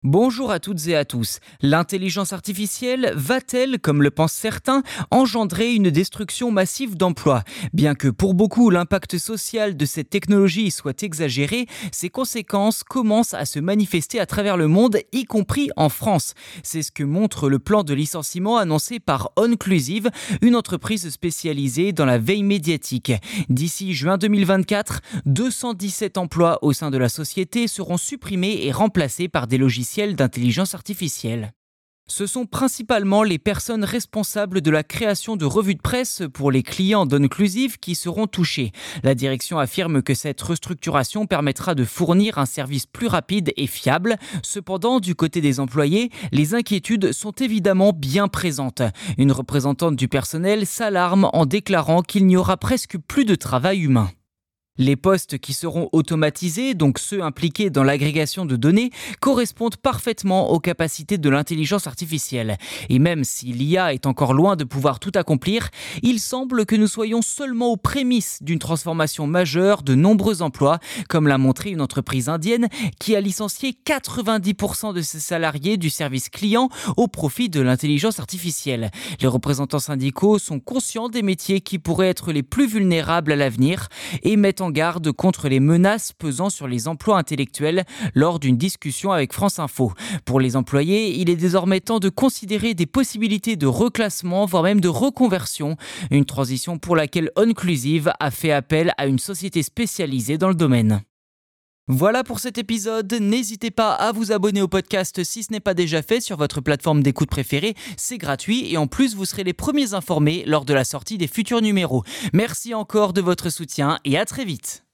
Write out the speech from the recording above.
Bonjour à toutes et à tous. L'intelligence artificielle va-t-elle, comme le pensent certains, engendrer une destruction massive d'emplois ? Bien que pour beaucoup l'impact social de cette technologie soit exagéré, ses conséquences commencent à se manifester à travers le monde, y compris en France. C'est ce que montre le plan de licenciement annoncé par Onclusive, une entreprise spécialisée dans la veille médiatique. D'ici juin 2024, 217 emplois au sein de la société seront supprimés et remplacés par des logiciels d'intelligence artificielle. Ce sont principalement les personnes responsables de la création de revues de presse pour les clients d'Onclusive qui seront touchées. La direction affirme que cette restructuration permettra de fournir un service plus rapide et fiable. Cependant, du côté des employés, les inquiétudes sont évidemment bien présentes. Une représentante du personnel s'alarme en déclarant qu'il n'y aura presque plus de travail humain. Les postes qui seront automatisés, donc ceux impliqués dans l'agrégation de données, correspondent parfaitement aux capacités de l'intelligence artificielle. Et même si l'IA est encore loin de pouvoir tout accomplir, il semble que nous soyons seulement aux prémices d'une transformation majeure de nombreux emplois, comme l'a montré une entreprise indienne qui a licencié 90% de ses salariés du service client au profit de l'intelligence artificielle. Les représentants syndicaux sont conscients des métiers qui pourraient être les plus vulnérables à l'avenir et mettent en garde contre les menaces pesant sur les emplois intellectuels lors d'une discussion avec France Info. Pour les employés, il est désormais temps de considérer des possibilités de reclassement, voire même de reconversion, une transition pour laquelle Onclusive a fait appel à une société spécialisée dans le domaine. Voilà pour cet épisode, n'hésitez pas à vous abonner au podcast si ce n'est pas déjà fait sur votre plateforme d'écoute préférée, c'est gratuit et en plus vous serez les premiers informés lors de la sortie des futurs numéros. Merci encore de votre soutien et à très vite.